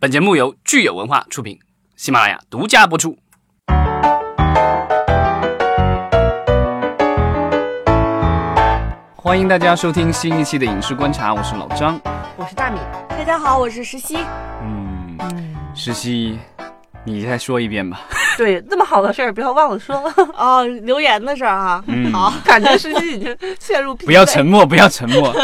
本节目由聚友文化出品，喜马拉雅独家播出。欢迎大家收听新一期的影视观察，我是老张， 我是大米。 大家好，我是石溪。 石溪，你再说一遍吧。 对，这么好的事儿不要忘了说。 哦，留言的事儿哈。好， 感觉石溪已经陷入疲惫。 不要沉默，不要沉默。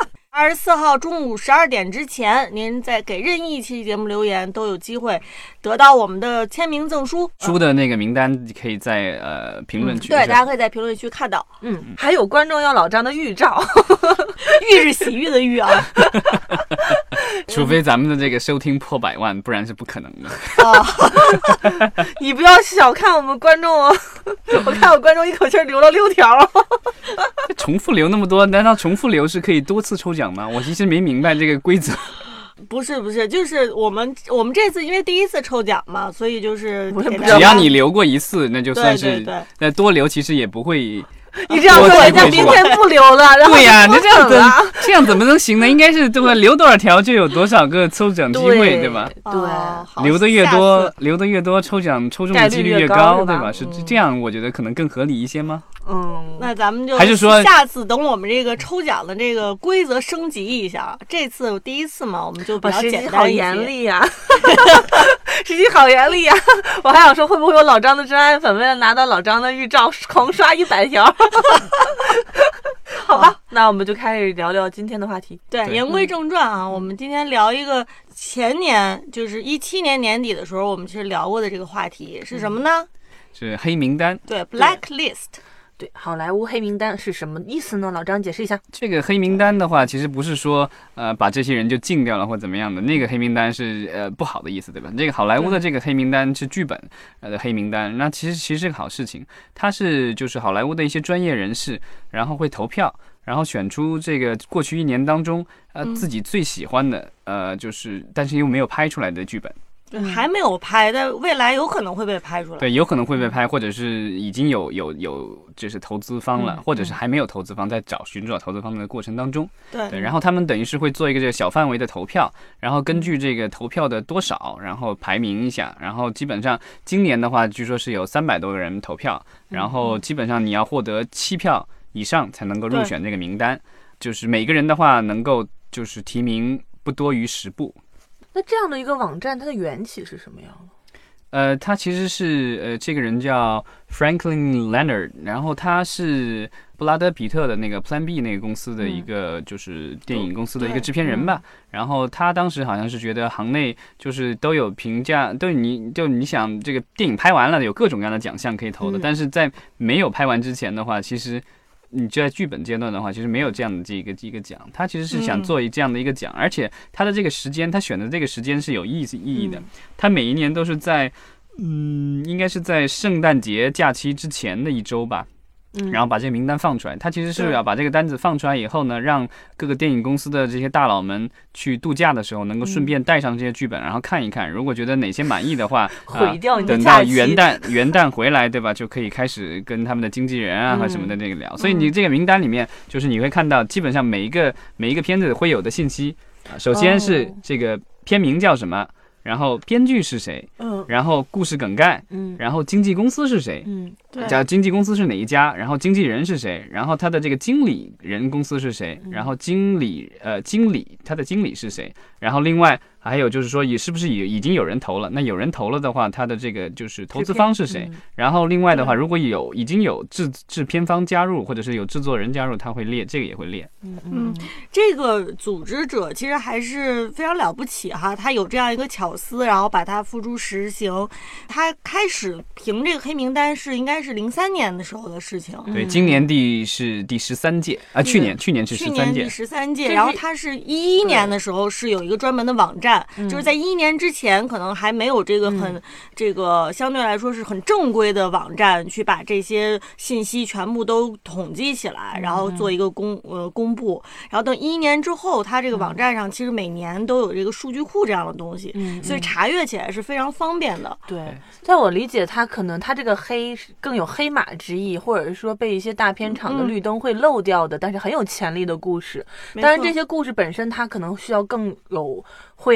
24号中午12点之前，您在给任意一期节目留言，都有机会得到我们的签名赠书。 书的那个名单可以在评论区。 对，大家可以在评论区看到。 还有观众要老张的预兆， 玉是洗浴的玉啊。 除非咱们的这个收听破100万，不然是不可能的。 你不要小看我们观众哦，我看我观众一口气留了6条。 重复留那么多，难道重复留是可以多次抽奖吗？我其实没明白这个规则。 不是，就是我们这次因为第一次抽奖嘛，所以就是只要你留过一次，那就算是对， 那多留其实也不会。 你这样说，人家明天不留了，然后对呀，你这样怎么能行呢？应该是对吧？留多少条就有多少个抽奖机会，对吧？ 对， 留的越多，抽中的几率越高，对吧？是这样，我觉得可能更合理一些吗？ 那咱们就还是说下次等我们这个抽奖的这个规则升级一下，这次第一次嘛，我们就比较简单一些。 好严厉呀！实际好严厉呀！我还想说，会不会有老张的真爱粉为了拿到老张的预兆，狂刷100条？好吧，那我们就开始聊聊今天的话题。 对，言归正传啊，我们今天聊一个前年，就是17年年底的时候，我们其实聊过的这个话题是什么呢？ 是黑名单。 对 ，blacklist。 对，好莱坞黑名单是什么意思呢？老张解释一下。 这个黑名单的话，其实不是说把这些人就禁掉了或怎么样的，那个黑名单是不好的意思，对吧？这个好莱坞的这个黑名单是剧本的黑名单，那其实是个好事情，它是就是好莱坞的一些专业人士，然后会投票，然后选出这个过去1年当中自己最喜欢的就是但是又没有拍出来的剧本。 还没有拍，但未来有可能会被拍出来。 对，有可能会被拍，或者是已经有就是投资方了，或者是还没有投资方，在寻找投资方的过程当中。对，然后他们等于是会做一个这个小范围的投票，然后根据这个投票的多少，然后排名一下，然后基本上今年的话，据说是有300多个人投票，然后基本上你要获得7票以上才能够入选这个名单，就是每个人的话能够就是提名不多于10部。 那这样的一个网站，它的缘起是什么样的？ 他其实是这个人叫 Franklin Leonard， 然后他是布拉德皮特的那个 Plan B 那个公司的一个就是电影公司的一个制片人吧。然后他当时好像是觉得行内就是都有评价，你想这个电影拍完了有各种各样的奖项可以投的，但是在没有拍完之前的话，其实你就在剧本阶段的话，其实没有这样的这个奖，他其实是想做这样的一个奖，而且他的这个时间，他选的这个时间是有意义的，他每一年都是在应该是在圣诞节假期之前的1周吧。然后把这个名单放出来，他其实是要把这个单子放出来以后呢，让各个电影公司的这些大佬们去度假的时候，能够顺便带上这些剧本，然后看一看，如果觉得哪些满意的话， 毁掉你的等到元旦回来，对吧？就可以开始跟他们的经纪人啊和什么的这个聊。所以你这个名单里面，就是你会看到基本上每一个片子会有的信息首先是这个片名叫什么。然后编剧是谁？然后故事梗概，然后经纪公司是谁？ 对， 经纪公司是哪一家？然后经纪人是谁？然后他的这个经理人公司是谁？然后经理他的经理是谁？然后另外还有就是说，是不是已经有人投了？那有人投了的话，他的这个就是投资方是谁？然后另外的话，如果已经有制片方加入，或者是有制作人加入，他会列，这个也会列。 这个组织者其实还是非常了不起哈，他有这样一个巧思，然后把它付诸实行。他开始评这个黑名单应该是03年的时候的事情。 对，今年是第13届啊，去年是13届。 第13届，然后他是11年的时候是有一个专门的网站，就是在11年之前可能还没有这个这个相对来说是很正规的网站去把这些信息全部都统计起来，然后做一个公布。然后等11年之后，他这个网站上其实每年都有这个数据库这样的东西，所以查阅起来是非常方便的。 对，在我理解，他可能他这个黑更有黑马之意，或者是说被一些大片场的绿灯会漏掉的，但是很有潜力的故事。当然，这些故事本身它可能需要更有慧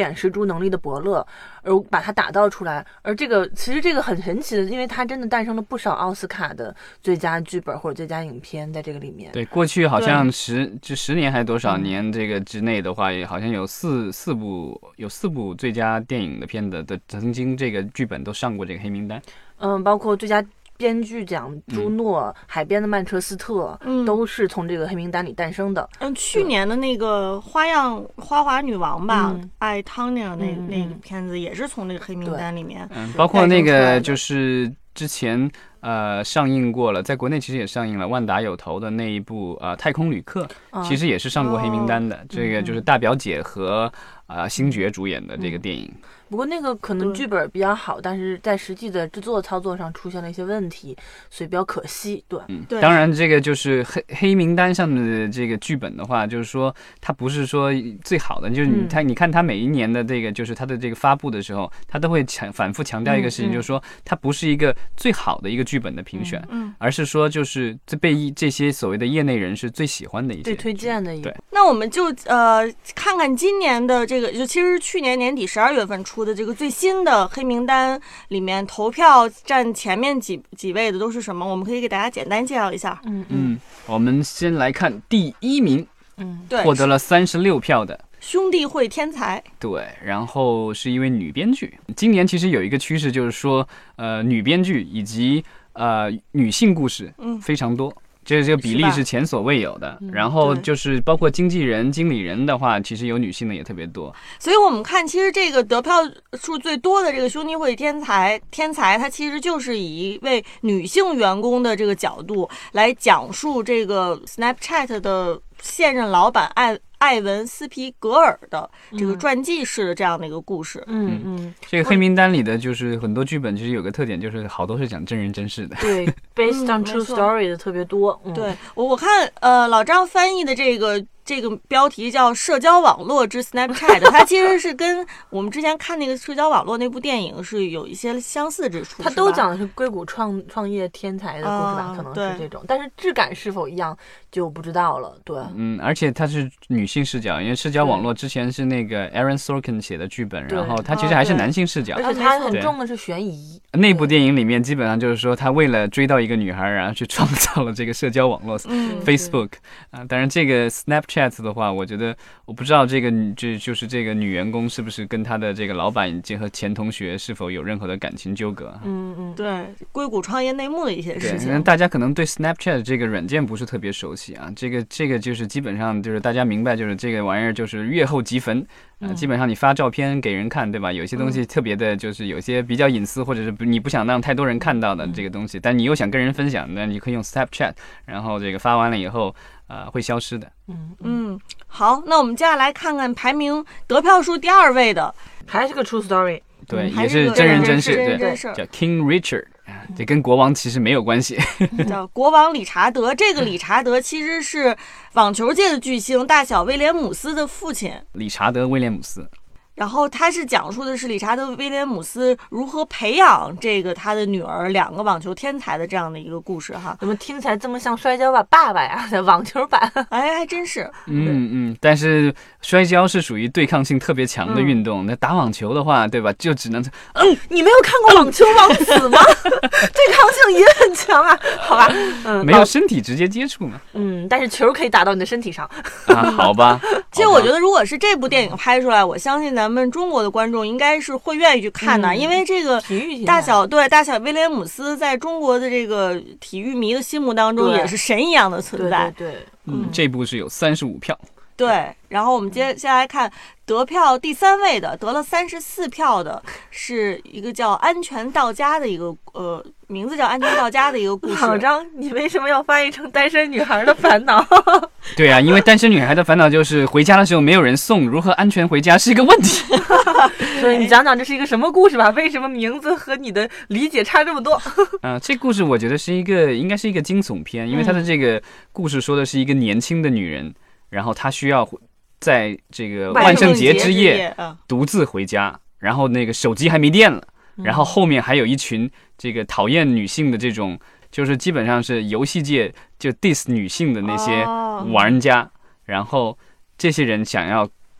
演十足能力的伯乐，而把他打造出来。而其实这个很神奇的，因为他真的诞生了不少奥斯卡的最佳剧本或者最佳影片在这个里面。 对，过去好像10年还是多少年这个之内的话，也好像有四部最佳电影的片子的曾经这个剧本都上过这个黑名单。 包括最佳编剧奖朱诺、海边的曼彻斯特，都是从这个黑名单里诞生的。 去年的那个花滑女王吧，爱汤尼尔那个片子也是从这个黑名单里面。 包括那个就是之前上映过了，在国内其实也上映了万达有头的那一部太空旅客，其实也是上过黑名单的。这个就是大表姐和星爵主演的这个电影。 不过那个可能剧本比较好，但是在实际的制作操作上出现了一些问题，所以比较可惜。 对， 当然这个就是黑名单上的这个剧本的话，就是说它不是说最好的，就是你看它每一年的这个就是它的这个发布的时候，它都会反复强调一个事情，就是说它不是一个最好的一个剧本的评选，而是说就是被这些所谓的业内人士最喜欢的一些、 最推荐的一个。 对， 那我们就看看今年的这个，就其实去年年底12月份出的这个最新的黑名单里面，投票占前面几位的都是什么？我们可以给大家简单介绍一下。 我们先来看第1名， 对， 获得了36票的兄弟会天才。 对，然后是一位女编剧。今年其实有一个趋势，就是说女编剧以及女性故事非常多。这个比例是前所未有的，然后就是包括经纪人、经理人的话，其实有女性的也特别多。 所以我们看，其实这个得票数最多的这个兄弟会天才，它其实就是以一位女性员工的这个角度来讲述这个 Snapchat 的现任老板艾文斯皮格尔的这个传记式的这样的一个故事。 这个黑名单里的就是很多剧本其实有个特点，就是好多是讲真人真事的。 对，based on true story 的特别多。 对，我看老张翻译的这个标题叫社交网络之 Snapchat， 它其实是跟我们之前看那个社交网络那部电影是有一些相似之处。 它都讲的是硅谷创业天才的故事吧，可能是这种，但是质感是否一样就不知道了。对， 而且它是女性视角，因为社交网络之前是那个 Aaron Sorkin 写的剧本，然后它其实还是男性视角， 而且它很重的是悬疑。 那部电影里面基本上就是说，他为了追到一个女孩，然后去创造了这个社交网络Facebook 当然这个 Snapchat 的话，我觉得我不知道就是这个女员工是不是跟她的这个老板结合前同学是否有任何的感情纠葛。 对，硅谷创业内幕的一些事情。 大家可能对 Snapchat 这个软件不是特别熟悉啊，这个就是基本上就是大家明白，就是这个玩意儿就是月后即焚。基本上你发照片给人看，对吧？有些东西特别的，就是有些比较隐私，或者是你不想让太多人看到的这个东西，但你又想跟人分享，那你可以用 Snapchat， 然后这个发完了以后，会消失的。 好，那我们接下来看看排名得票数第2位的， 还是个 true story， 对，也是真人真事， 对， 叫 King Richard。这跟国王其实没有关系， 叫国王理查德。这个理查德其实是网球界的巨星大小威廉姆斯的父亲， 理查德·威廉姆斯。 然后他是讲述的是理查德·威廉姆斯如何培养这个他的女儿2个网球天才的这样的一个故事哈。 怎么听起来这么像摔跤吧爸爸呀？网球版， 哎，还真是。 但是摔跤是属于对抗性特别强的运动，那打网球的话，对吧？就只能你没有看过《网球王子》吗？对抗性也很强啊，好吧。 没有身体直接接触嘛。 但是球可以打到你的身体上好吧。 其实我觉得，如果是这部电影拍出来，我相信咱们中国的观众应该是会愿意去看的，因为这个大小威廉姆斯在中国的这个体育迷的心目当中也是神一样的存在。 对， 这部是有35票。 对，然后我们接下来看得票第3位的，得了34票的，是一个叫《安全到家》的一个名字叫《安全到家》的一个故事。 老张，你为什么要翻译成单身女孩的烦恼？ 对啊，因为单身女孩的烦恼就是回家的时候没有人送，如何安全回家是一个问题。 所以你讲讲这是一个什么故事吧？为什么名字和你的理解差这么多？ 这故事我觉得应该是一个惊悚片，因为它的这个故事说的是一个年轻的女人。然后他需要在这个万圣节之夜独自回家，然后那个手机还没电了，然后后面还有一群这个讨厌女性的这种，就是基本上是游戏界就 diss 女性的那些玩家，然后这些人想要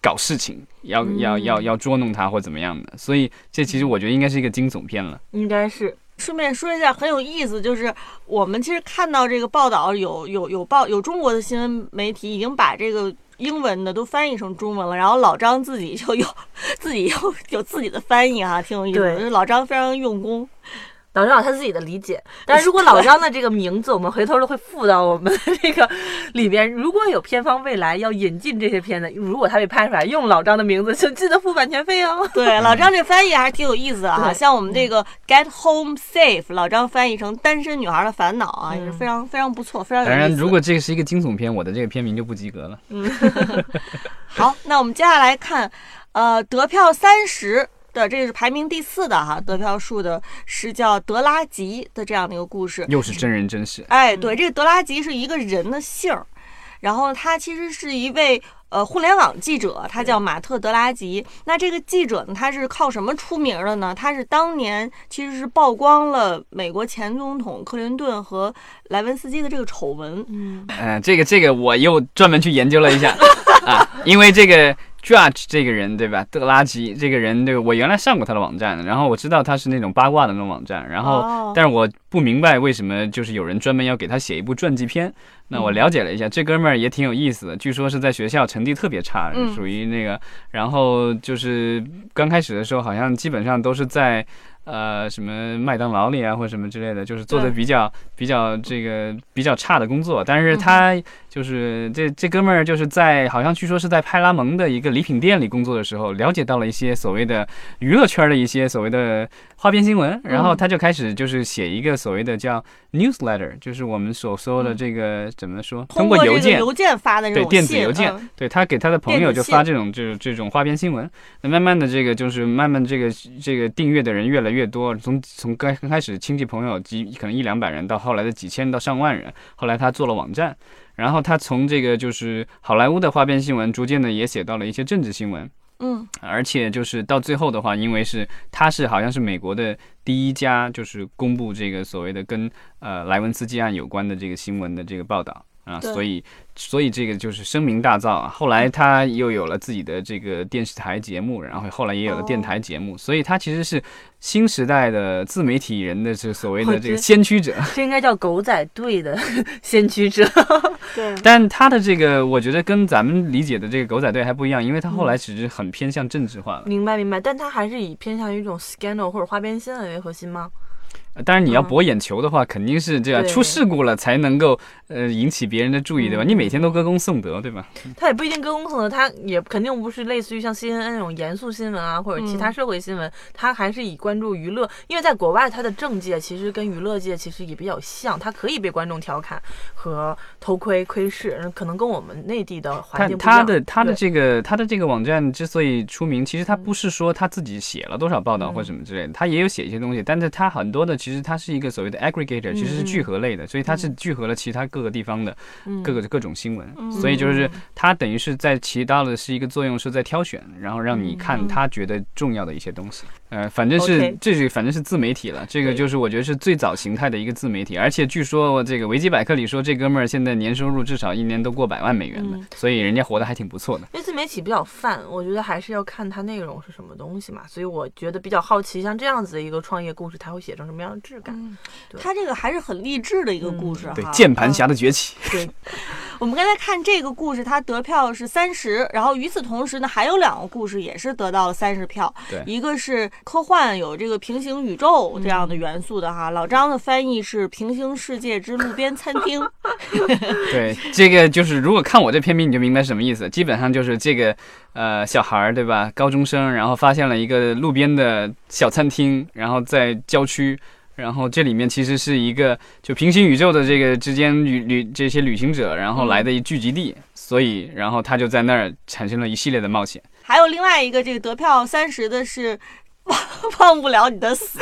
搞事情，要捉弄他或怎么样的，所以这其实我觉得应该是一个惊悚片了。 应该是。 顺便说一下，很有意思，就是我们其实看到这个报道，有中国的新闻媒体已经把这个英文的都翻译成中文了，然后老张自己就有自己的翻译啊，挺有意思的。就是老张非常用功。 老张有他自己的理解，但是如果老张的这个名字，我们回头都会附到我们的这个里边。如果有片方未来要引进这些片子，如果他被拍出来用老张的名字，就记得付版权费哦。 对，老张这翻译还是挺有意思的啊。像我们这个 Get Home Safe， 老张翻译成单身女孩的烦恼啊，也是非常非常不错，非常有意思。 当然，如果这个是一个惊悚片，我的这个片名就不及格了。 好，那我们接下来看，得票30。这是排名第4的哈，得票数的是叫德拉吉的这样的一个故事， 又是真人真事。 哎，对，这个德拉吉是一个人的姓儿，然后他其实是一位互联网记者，他叫马特·德拉吉。那这个记者呢，他是靠什么出名的呢？他是当年其实是曝光了美国前总统克林顿和莱文斯基的这个丑闻。 这个我又专门去研究了一下啊，因为这个。Judge 这个人对吧？德拉吉这个人，对，我原来上过他的网站，然后我知道他是那种八卦的那种网站，然后但是我不明白为什么就是有人专门要给他写一部传记片。那我了解了一下，这哥们儿也挺有意思的，据说是在学校成绩特别差，属于那个，然后就是刚开始的时候好像基本上都是在什么麦当劳里啊或者什么之类的，就是做的比较差的工作，但是他就是这哥们儿就是在好像据说是在派拉蒙的一个礼品店里工作的时候，了解到了一些所谓的娱乐圈的一些所谓的花边新闻，然后他就开始就是写一个所谓的叫 newsletter， 就是我们所说的这个怎么说，通过邮件发的这种对电子邮件，对他给他的朋友就发这种花边新闻，那慢慢的这个就是慢慢这个订阅的人越来越多，从刚开始亲戚朋友可能100-200人，到后来的几千到上万人，后来他做了网站，然后他从这个就是好莱坞的花边新闻，逐渐的也写到了一些政治新闻。而且就是到最后的话，因为他是好像是美国的第一家就是公布这个所谓的跟莱文斯基案有关的这个新闻的这个报道啊，所以这个就是声名大噪。后来他又有了自己的这个电视台节目，然后后来也有了电台节目，所以他其实是新时代的自媒体人的是所谓的这个先驱者。 这应该叫狗仔队的先驱者。 对， 但他的这个我觉得跟咱们理解的这个狗仔队还不一样，因为他后来只是很偏向政治化了。 明白，但他还是以偏向于一种 scandal 或者花边新闻为核心吗？ 当然你要博眼球的话，肯定是这样，出事故了才能够引起别人的注意，对吧？你每天都歌功颂德，对吧？ 他也不一定歌功颂德，他也肯定不是类似于像 CNN 那种严肃新闻啊，或者其他社会新闻，他还是以关注娱乐，因为在国外他的政界其实跟娱乐界其实也比较像，他可以被观众调侃和偷窥窥视，可能跟我们内地的环境不一样。 他的这个网站之所以出名，其实他不是说他自己写了多少报道或什么之类的，他也有写一些东西，但是他很多的其实它是一个所谓的 aggregator， 其实是聚合类的，所以它是聚合了其他各个地方的各种新闻，所以就是它等于是在起到的是一个作用，是在挑选，然后让你看他觉得重要的一些东西。反正是反正是自媒体了，这个就是我觉得是最早形态的一个自媒体，而且据说这个维基百科里说这哥们儿现在年收入至少1年都过100万美元了，所以人家活得还挺不错的。 因为自媒体比较泛，我觉得还是要看它内容是什么东西嘛，所以我觉得比较好奇，像这样子的一个创业故事，它会写成什么样的质感？ 它这个还是很励志的一个故事哈。 对，键盘侠的崛起。 对，我们刚才看这个故事，它得票是30，然后与此同时呢，还有2个故事也是得到了30票。 对， 一个是科幻有这个平行宇宙这样的元素的哈，老张的翻译是平行世界之路边餐厅。 对，这个就是如果看我这篇名你就明白什么意思，基本上就是这个小孩对吧，高中生，然后发现了一个路边的小餐厅，然后在郊区。然后这里面其实是一个就平行宇宙的这个之间这些旅行者然后来的一聚集地，所以然后他就在那儿产生了一系列的冒险。 还有另外一个这个得票30的是忘不了你的死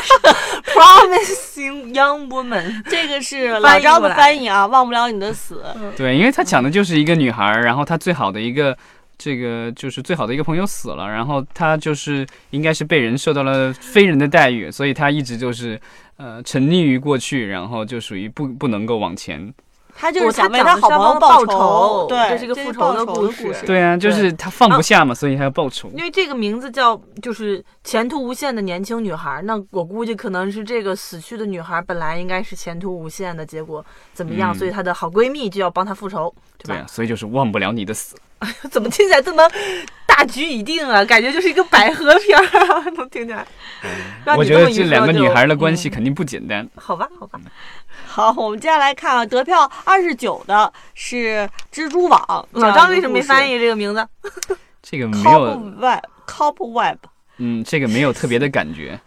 Promising Young Woman， 这个是老张的翻译啊，忘不了你的死。 对，因为他讲的就是一个女孩，然后她最好的一个这个就是最好的一个朋友死了，然后他就是应该是被人受到了非人的待遇，所以他一直就是沉溺于过去，然后就属于不能够往前他就是想为他好朋友报仇，对， 这是一个复仇的故事。 对啊，就是他放不下嘛，所以他要报仇。 因为这个名字叫就是前途无限的年轻女孩，那我估计可能是这个死去的女孩本来应该是前途无限的，结果怎么样？所以她的好闺蜜就要帮她复仇，对吧？ 对啊，所以就是忘不了你的死。 怎么听起来这么大局已定啊？感觉就是一个百合片啊，能听起来。 我觉得这2个女孩的关系肯定不简单。 好吧。 好，我们接下来看啊，得票29的是蜘蛛网。 老张为什么没翻译这个名字？ 这个没有 Cobweb。 这个没有特别的感觉。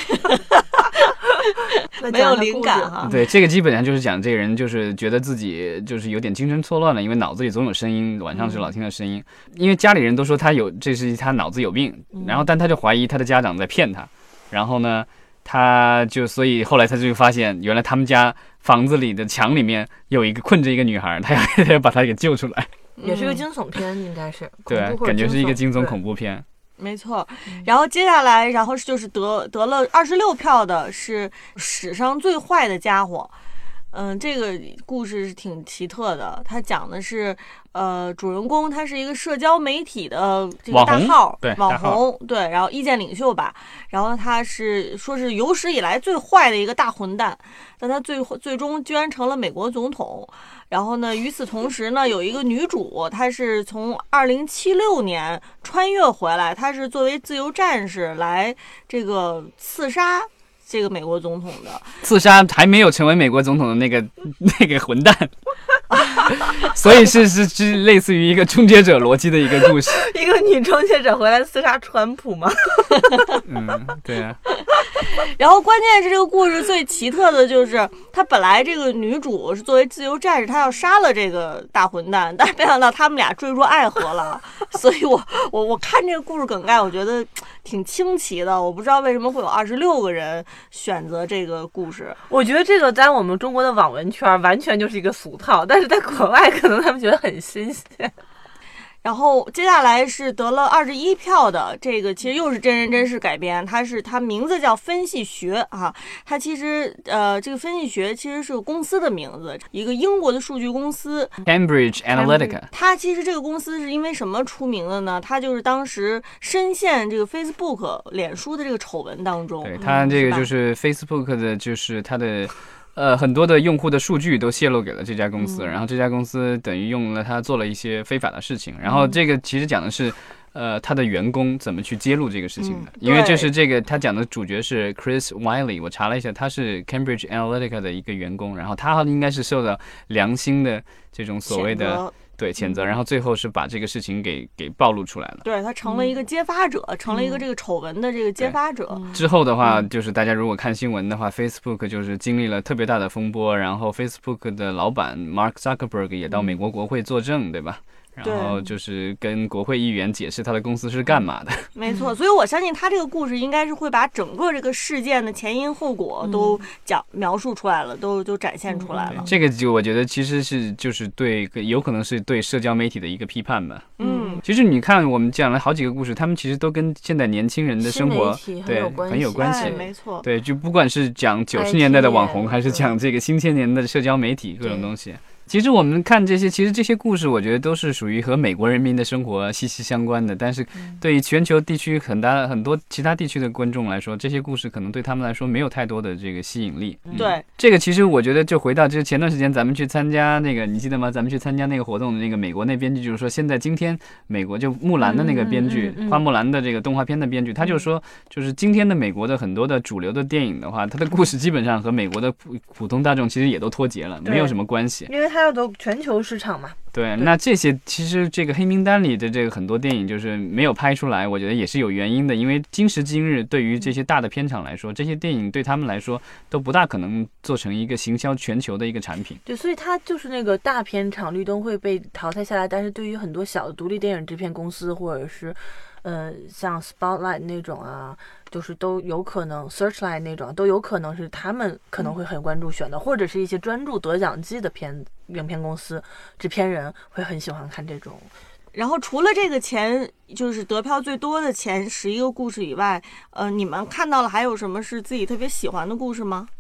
没有灵感哈。 对，这个基本上就是讲这个人就是觉得自己就是有点精神错乱了，因为脑子里总有声音，晚上是老听到声音。因为家里人都说这是他脑子有病，然后但他就怀疑他的家长在骗他，然后呢，所以后来他就发现，原来他们家房子里的墙里面有困着一个女孩，他要把她给救出来。 也是个惊悚片，应该是。 对，感觉是一个惊悚恐怖片。 没错，然后接下来，就是得了26票的是史上最坏的家伙。这个故事是挺奇特的，它讲的是主人公他是一个社交媒体的这个大号，网红，对，然后意见领袖吧，然后他说是有史以来最坏的一个大混蛋，但他最终居然成了美国总统。然后呢，与此同时呢，有一个女主，她是从2076年穿越回来，她是作为自由战士来这个刺杀这个美国总统的， 刺杀还没有成为美国总统的那个混蛋。所以是类似于一个终结者逻辑的一个故事。 一个女终结者回来刺杀川普吗？ 对啊。 然后关键是这个故事最奇特的就是，她本来这个女主是作为自由战士，她要杀了这个大混蛋，但是没想到他们俩坠入爱河了。所以我看这个故事梗概，我觉得挺清奇的。我不知道为什么会有26个人选择这个故事。 我觉得这个在我们中国的网文圈完全就是一个俗套，但是在国外可能他们觉得很新鲜。 然后接下来是得了21票的，这个其实又是真人真事改编，它名字叫分析学啊，它其实这个分析学其实是个公司的名字，一个英国的数据公司 Cambridge Analytica。 它其实这个公司是因为什么出名的呢？它就是当时深陷这个 Facebook 脸书的这个丑闻当中。 对，它这个就是 Facebook 的，就是它的。很多的用户的数据都泄露给了这家公司，然后这家公司等于用了它做了一些非法的事情，然后这个其实讲的是，他的员工怎么去揭露这个事情的，因为就是这个他讲的主角是 Chris Wylie， 我查了一下，他是 Cambridge Analytica 的一个员工，然后他应该是受到良心的这种所谓的谴责，然后最后是把这个事情给暴露出来了。 对，他成了一个揭发者，成了一个这个丑闻的这个揭发者。 之后的话，就是大家如果看新闻的话，Facebook 就是经历了特别大的风波，然后 Facebook 的老板 Mark Zuckerberg 也到美国国会作证，对吧？然后就是跟国会议员解释他的公司是干嘛的。 没错，所以我相信他这个故事应该是会把整个这个事件的前因后果都描述出来了，都展现出来了。 这个就我觉得其实是就是有可能是对社交媒体的一个批判吧。其实你看我们讲了好几个故事，他们其实都跟现在年轻人的生活很有关系。 没错， 对，就不管是讲90年代的网红，还是讲这个新千年的社交媒体各种东西。其实我们看这些，其实这些故事，我觉得都是属于和美国人民的生活息息相关的。但是，对于全球地区很多其他地区的观众来说，这些故事可能对他们来说没有太多的这个吸引力。 对， 这个其实我觉得就回到就是前段时间咱们去参加那个，你记得吗？咱们去参加那个活动的那个美国那编剧，就是说现在今天美国就木兰的那个编剧，花木兰的这个动画片的编剧，他就说，就是今天的美国的很多的主流的电影的话，它的故事基本上和美国的普通大众其实也都脱节了，没有什么关系， 因为它要走全球市场嘛。 对，那这些其实这个黑名单里的这个很多电影就是没有拍出来，我觉得也是有原因的，因为今时今日对于这些大的片场来说，这些电影对他们来说都不大可能做成一个行销全球的一个产品。 对，所以它就是那个大片场绿灯会被淘汰下来，但是对于很多小的独立电影制片公司或者是像 Spotlight 那种啊，就是都有可能 Searchlight 那种都有可能是他们可能会很关注选的，或者是一些专注得奖季的影片公司制片人会很喜欢看这种。 然后除了这个就是得票最多的前11个故事以外，你们看到了还有什么是自己特别喜欢的故事吗？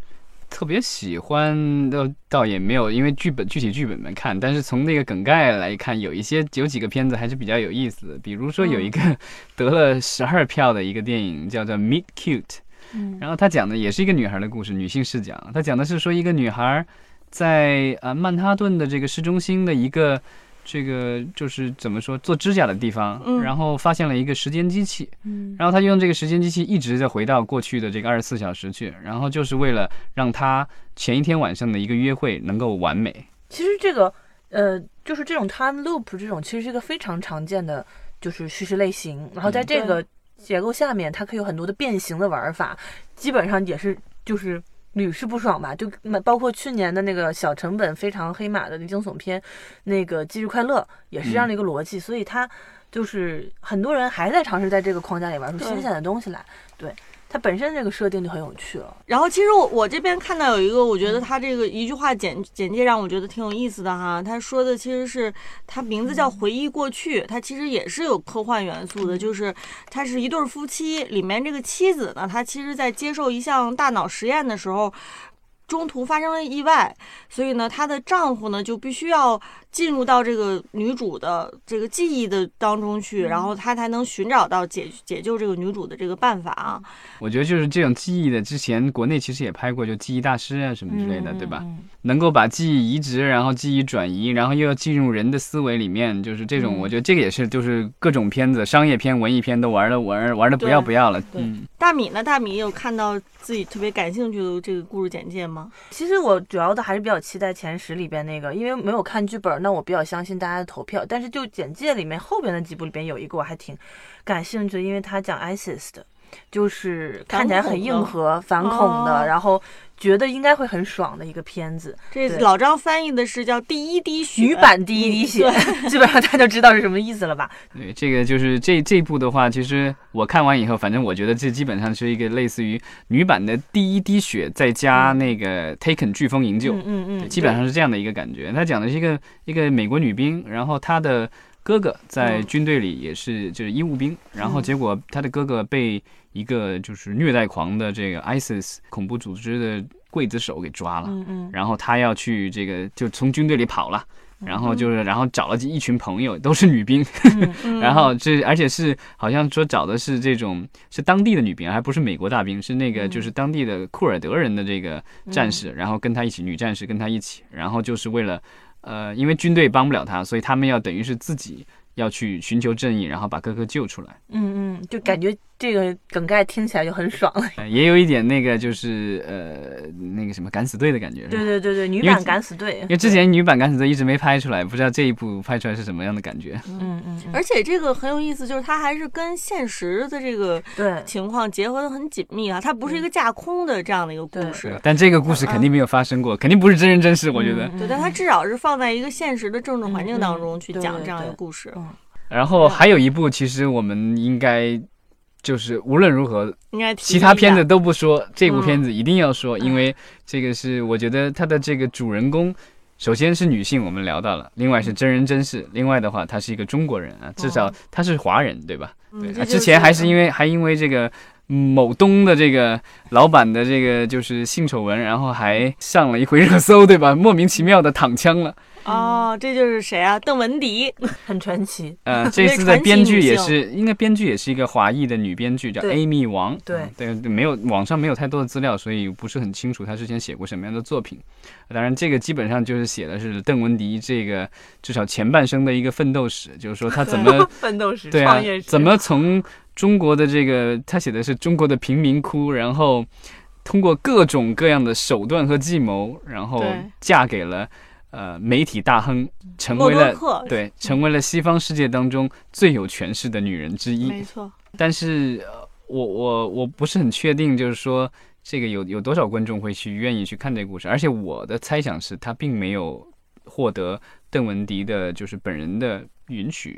特别喜欢的倒也没有，因为具体剧本没看，但是从那个梗概来看，有几个片子还是比较有意思的。比如说有一个得了12票的一个电影叫做 Meet Cute，然后他讲的也是一个女孩的故事，女性视角。他讲的是说一个女孩在曼哈顿的这个市中心的一个这个就是怎么说做指甲的地方，然后发现了一个时间机器，然后他就用这个时间机器一直在回到过去的这个24小时去，然后就是为了让他前一天晚上的一个约会能够完美。 其实这个就是这种 time loop 这种其实是一个非常常见的就是叙事类型，然后在这个结构下面它可以有很多的变形的玩法，基本上也是就是屡试不爽吧，就包括去年的那个小成本非常黑马的惊悚片那个忌日快乐也是这样的一个逻辑，所以它就是很多人还在尝试在这个框架里玩出新鲜的东西来，对它本身这个设定就很有趣了。 然后其实我这边看到有一个，我觉得他这个一句话简介让我觉得挺有意思的哈。他说的其实是他名字叫回忆过去，他其实也是有科幻元素的，就是他是一对夫妻，里面这个妻子呢，她其实在接受一项大脑实验的时候，中途发生了意外，所以呢，她的丈夫呢就必须要进入到这个女主的这个记忆的当中去，然后他才能寻找到解救这个女主的这个办法啊。 我觉得就是这种记忆的，之前国内其实也拍过，就记忆大师啊什么之类的，对吧？能够把记忆移植，然后记忆转移，然后又要进入人的思维里面，就是这种，我觉得这个也是就是各种片子，商业片、文艺片都玩的不要了。 大米呢？大米有看到自己特别感兴趣的这个故事简介吗？ 其实我主要的还是比较期待前10里边那个，因为没有看剧本，那我比较相信大家的投票。但是就简介里面后边的几部里边有一个我还挺感兴趣，因为他讲 ISIS 的，就是看起来很硬核、反恐的，然后觉得应该会很爽的一个片子。 这老张翻译的是叫第一滴血， 女版第一滴血，基本上大家就知道是什么意思了吧？ 对，这个就是这部的话，其实我看完以后，反正我觉得这基本上是一个类似于女版的第一滴血，再加那个 Taken 飓风营救，基本上是这样的一个感觉。他讲的是一个美国女兵，然后她的哥哥在军队里也是就是医务兵，然后结果他的哥哥被一个就是虐待狂的这个 ISIS 恐怖组织的刽子手给抓了，然后他要去这个就从军队里跑了，然后找了一群朋友，都是女兵，然后而且是好像说找的是这种是当地的女兵，还不是美国大兵，是那个就是当地的库尔德人的这个战士，然后跟他一起，女战士跟他一起，然后就是为了因为军队帮不了他，所以他们要等于是自己要去寻求正义，然后把哥哥救出来。 就感觉这个梗概听起来就很爽了。 也有一点那个就是那个什么敢死队的感觉。 对，女版敢死队。 因为之前女版敢死队一直没拍出来，不知道这一部拍出来是什么样的感觉。 而且这个很有意思，就是它还是跟现实的这个情况结合的很紧密啊，它不是一个架空的这样的一个故事。 但这个故事肯定没有发生过，肯定不是真人真事，我觉得。 对，但它至少是放在一个现实的政治环境当中去讲这样一个故事。 然后还有一部，其实我们应该就是无论如何，其他片子都不说，这部片子一定要说，因为这个是我觉得它的这个主人公，首先是女性，我们聊到了，另外是真人真事，另外的话，他是一个中国人啊，至少他是华人，对吧？对，之前还因为这个某东的这个老板的这个就是性丑闻，然后还上了一回热搜，对吧？莫名其妙的躺枪了。 这就是谁啊？邓文迪， 很传奇。 这次的编剧也是，应该编剧也是一个华裔的女编剧，叫 Amy 王。对，没有网上没有太多的资料，所以不是很清楚她之前写过什么样的作品。当然，这个基本上就是写的是邓文迪这个至少前半生的一个奋斗史，就是说她怎么奋斗史， 对啊，怎么从中国的这个，他写的是中国的贫民窟，然后通过各种各样的手段和计谋，然后嫁给了媒体大亨，成为了西方世界当中最有权势的女人之一。 没错。但是我不是很确定，就是说这个有多少观众会愿意去看这个故事，而且我的猜想是他并没有获得邓文迪的就是本人的允许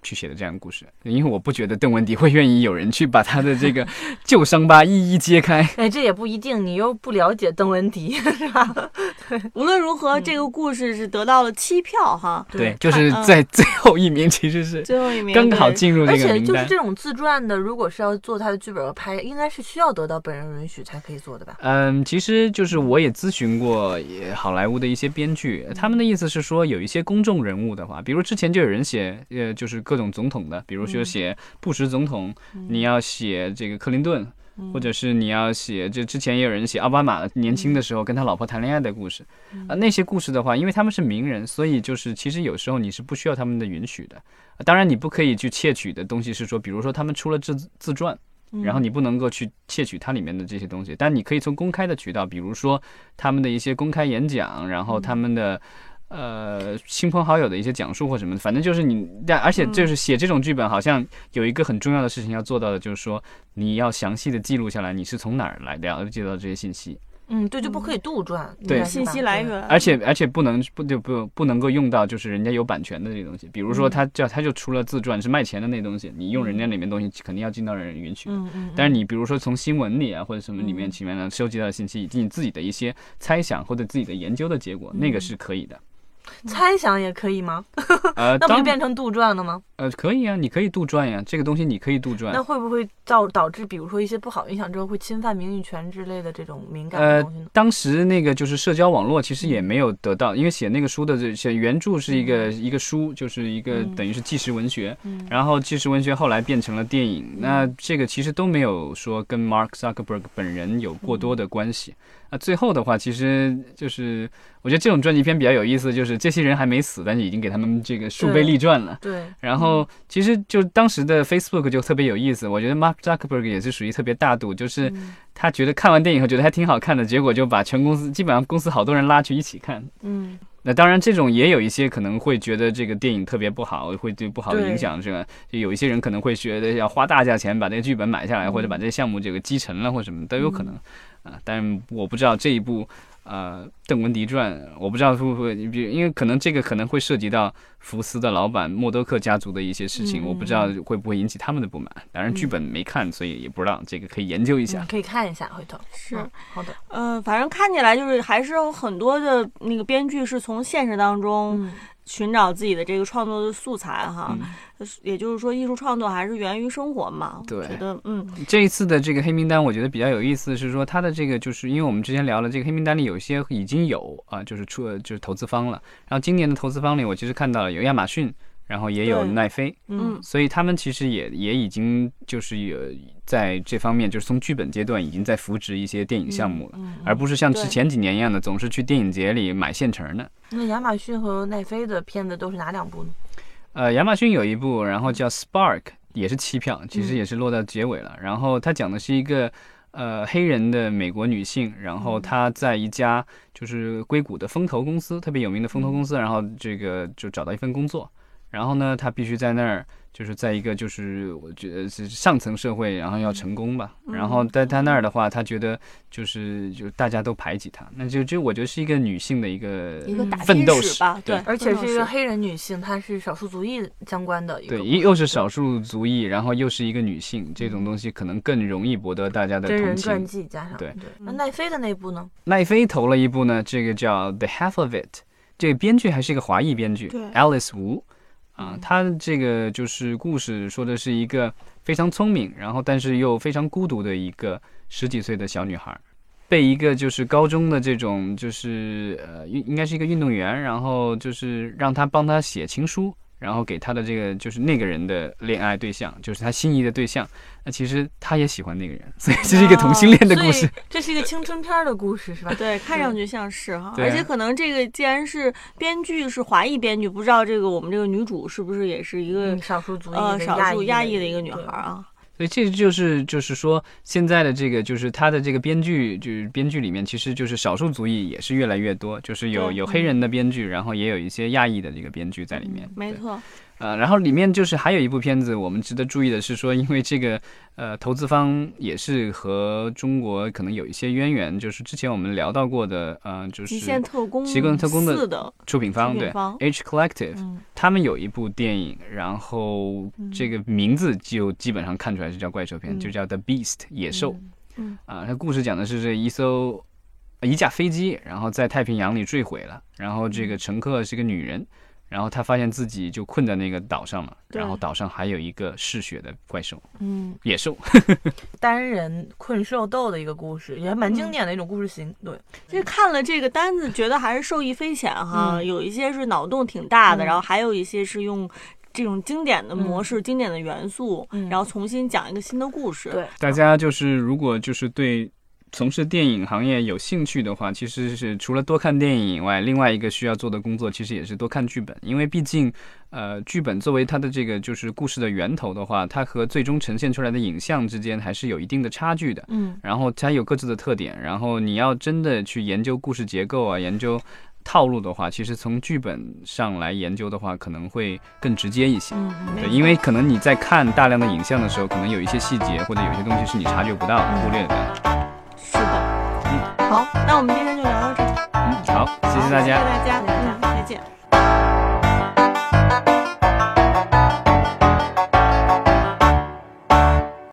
去写的这样的故事，因为我不觉得邓文迪会愿意有人去把他的这个旧伤疤一一揭开。 哎，这也不一定，你又不了解邓文迪，是吧？ 无论如何，这个故事是得到了7票哈。 对，就是在最后一名，其实是最后一名刚好进入这个名单。 而且就是这种自传的，如果是要做他的剧本和拍，应该是需要得到本人允许才可以做的吧？ 其实就是我也咨询过好莱坞的一些编剧，他们的意思是说，有一些公众人物的话，比如之前就有人写就是各种总统的，比如说写布什总统，你要写这个克林顿。或者是你要写，就之前也有人写奥巴马年轻的时候跟他老婆谈恋爱的故事，那些故事的话，因为他们是名人，所以就是其实有时候你是不需要他们的允许的。当然你不可以去窃取的东西是说，比如说他们出了自传，然后你不能够去窃取它里面的这些东西，但你可以从公开的渠道，比如说他们的一些公开演讲，然后他们的亲朋好友的一些讲述或什么的，反正就是你，而且就是写这种剧本，好像有一个很重要的事情要做到的，就是说你要详细的记录下来，你是从哪儿来了解到这些信息。 对，就不可以杜撰， 对， 信息来源， 而且不能够用到就是人家有版权的这些东西，比如说他就出了自传是卖钱的那东西，你用人家里面东西肯定要经到人允许的。但是你比如说从新闻里啊或者什么里面收集到的信息，以及你自己的一些猜想或者自己的研究的结果，那个是可以的。 猜想也可以吗？那不就变成杜撰了吗？ 可以啊，你可以杜撰呀，这个东西你可以杜撰。 那会不会导致比如说一些不好影响之后会侵犯名誉权之类的这种敏感的东西呢？ 当时那个就是社交网络其实也没有得到，因为写那个书的写原著是一个书，就是一个等于是纪实文学，然后纪实文学后来变成了电影，那这个其实都没有说跟 Mark Zuckerberg 本人有过多的关系。最后的话，其实就是我觉得这种传记片比较有意思，就是这些人还没死，但是已经给他们这个树碑立传了。 对。 然后其实就当时的 Facebook 就特别有意思，我觉得 Mark Zuckerberg 也是属于特别大度，就是他觉得看完电影后觉得还挺好看的，结果就把全公司基本上公司好多人拉去一起看。那当然这种也有一些可能会觉得这个电影特别不好，会对不好的影响这个，就有一些人可能会觉得要花大价钱把这个剧本买下来，或者把这个项目这个击沉了或什么都有可能。但是我不知道这一部邓文迪传，我不知道会不会，因为可能这个可能会涉及到福斯的老板默多克家族的一些事情，我不知道会不会引起他们的不满。当然剧本没看，所以也不知道，这个可以研究一下， 可以看一下回头。 是好的。 反正看起来就是还是有很多的那个编剧是从现实当中寻找自己的这个创作的素材哈，也就是说艺术创作还是源于生活嘛。 对， 我觉得这一次的这个黑名单，我觉得比较有意思的是说，它的这个就是因为我们之前聊了这个黑名单里有些已经有就是就是投资方了，然后今年的投资方里，我其实看到了有亚马逊，然后也有奈飞，所以他们其实也已经就是有在这方面，就是从剧本阶段已经在扶植一些电影项目了，而不是像之前几年一样的总是去电影节里买现成的。 那亚马逊和奈飞的片子都是哪2部呢？ 亚马逊有一部，然后叫 Spark， 也是7票，其实也是落到结尾了。然后他讲的是一个黑人的美国女性，然后她在一家就是硅谷的风投公司，特别有名的风投公司，然后这个就找到一份工作，然后呢，她必须在那儿。就是在一个就是我觉得是上层社会，然后要成功吧，然后在他那儿的话，他觉得就大家都排挤他，那就我觉得是一个女性的一个奋斗史吧，对， 而且是一个黑人女性，她是少数族裔相关的一个， 对，又是少数族裔，然后又是一个女性，这种东西可能更容易博得大家的同情。 真人传记加上对， 那奈飞的那部呢？ 奈飞投了一部呢，这个叫 The Half of It， 这个编剧还是一个华裔编剧 Alice Wu。他这个就是故事说的是一个非常聪明，然后但是又非常孤独的一个10几岁的小女孩，被一个就是高中的这种就是应该是一个运动员，然后就是让他帮他写情书，然后给他的这个就是那个人的恋爱对象，就是他心仪的对象。那其实他也喜欢那个人，所以这是一个同性恋的故事。 这是一个青春片的故事，是吧？ 对，看上去像是哈。而且可能这个既然是编剧是华裔编剧，不知道这个我们这个女主是不是也是一个少数族裔少数亚裔的一个女孩啊？ 所以这就是说，现在的这个就是他的这个编剧，就是编剧里面其实就是少数族裔也是越来越多，就是有黑人的编剧，然后也有一些亚裔的这个编剧在里面。 没错。 然后里面就是还有一部片子，我们值得注意的是说，因为这个投资方也是和中国可能有一些渊源，就是之前我们聊到过的，就是极限特工的出品方，对 H Collective，他们有一部电影，然后这个名字就基本上看出来是叫怪兽片，就叫 The Beast 野兽。它故事讲的是这一架飞机，然后在太平洋里坠毁了，然后这个乘客是个女人，然后她发现自己就困在那个岛上了，然后岛上还有一个嗜血的怪兽，野兽， 单人困兽斗的一个故事，也还蛮经典的一种故事型。对， 其实看了这个单子，觉得还是受益匪浅哈，有一些是脑洞挺大的，然后还有一些是用这种经典的模式、经典的元素，然后重新讲一个新的故事。 对， 大家就是如果就是对从事电影行业有兴趣的话，其实是除了多看电影以外，另外一个需要做的工作其实也是多看剧本，因为毕竟剧本作为它的这个就是故事的源头的话，它和最终呈现出来的影像之间还是有一定的差距的。然后它有各自的特点，然后你要真的去研究故事结构啊，研究套路的话，其实从剧本上来研究的话，可能会更直接一些。对，因为可能你在看大量的影像的时候，可能有一些细节或者有一些东西是你察觉不到、忽略的。 是的。好，那我们今天就聊到这。 好，谢谢大家。 谢谢大家，再见。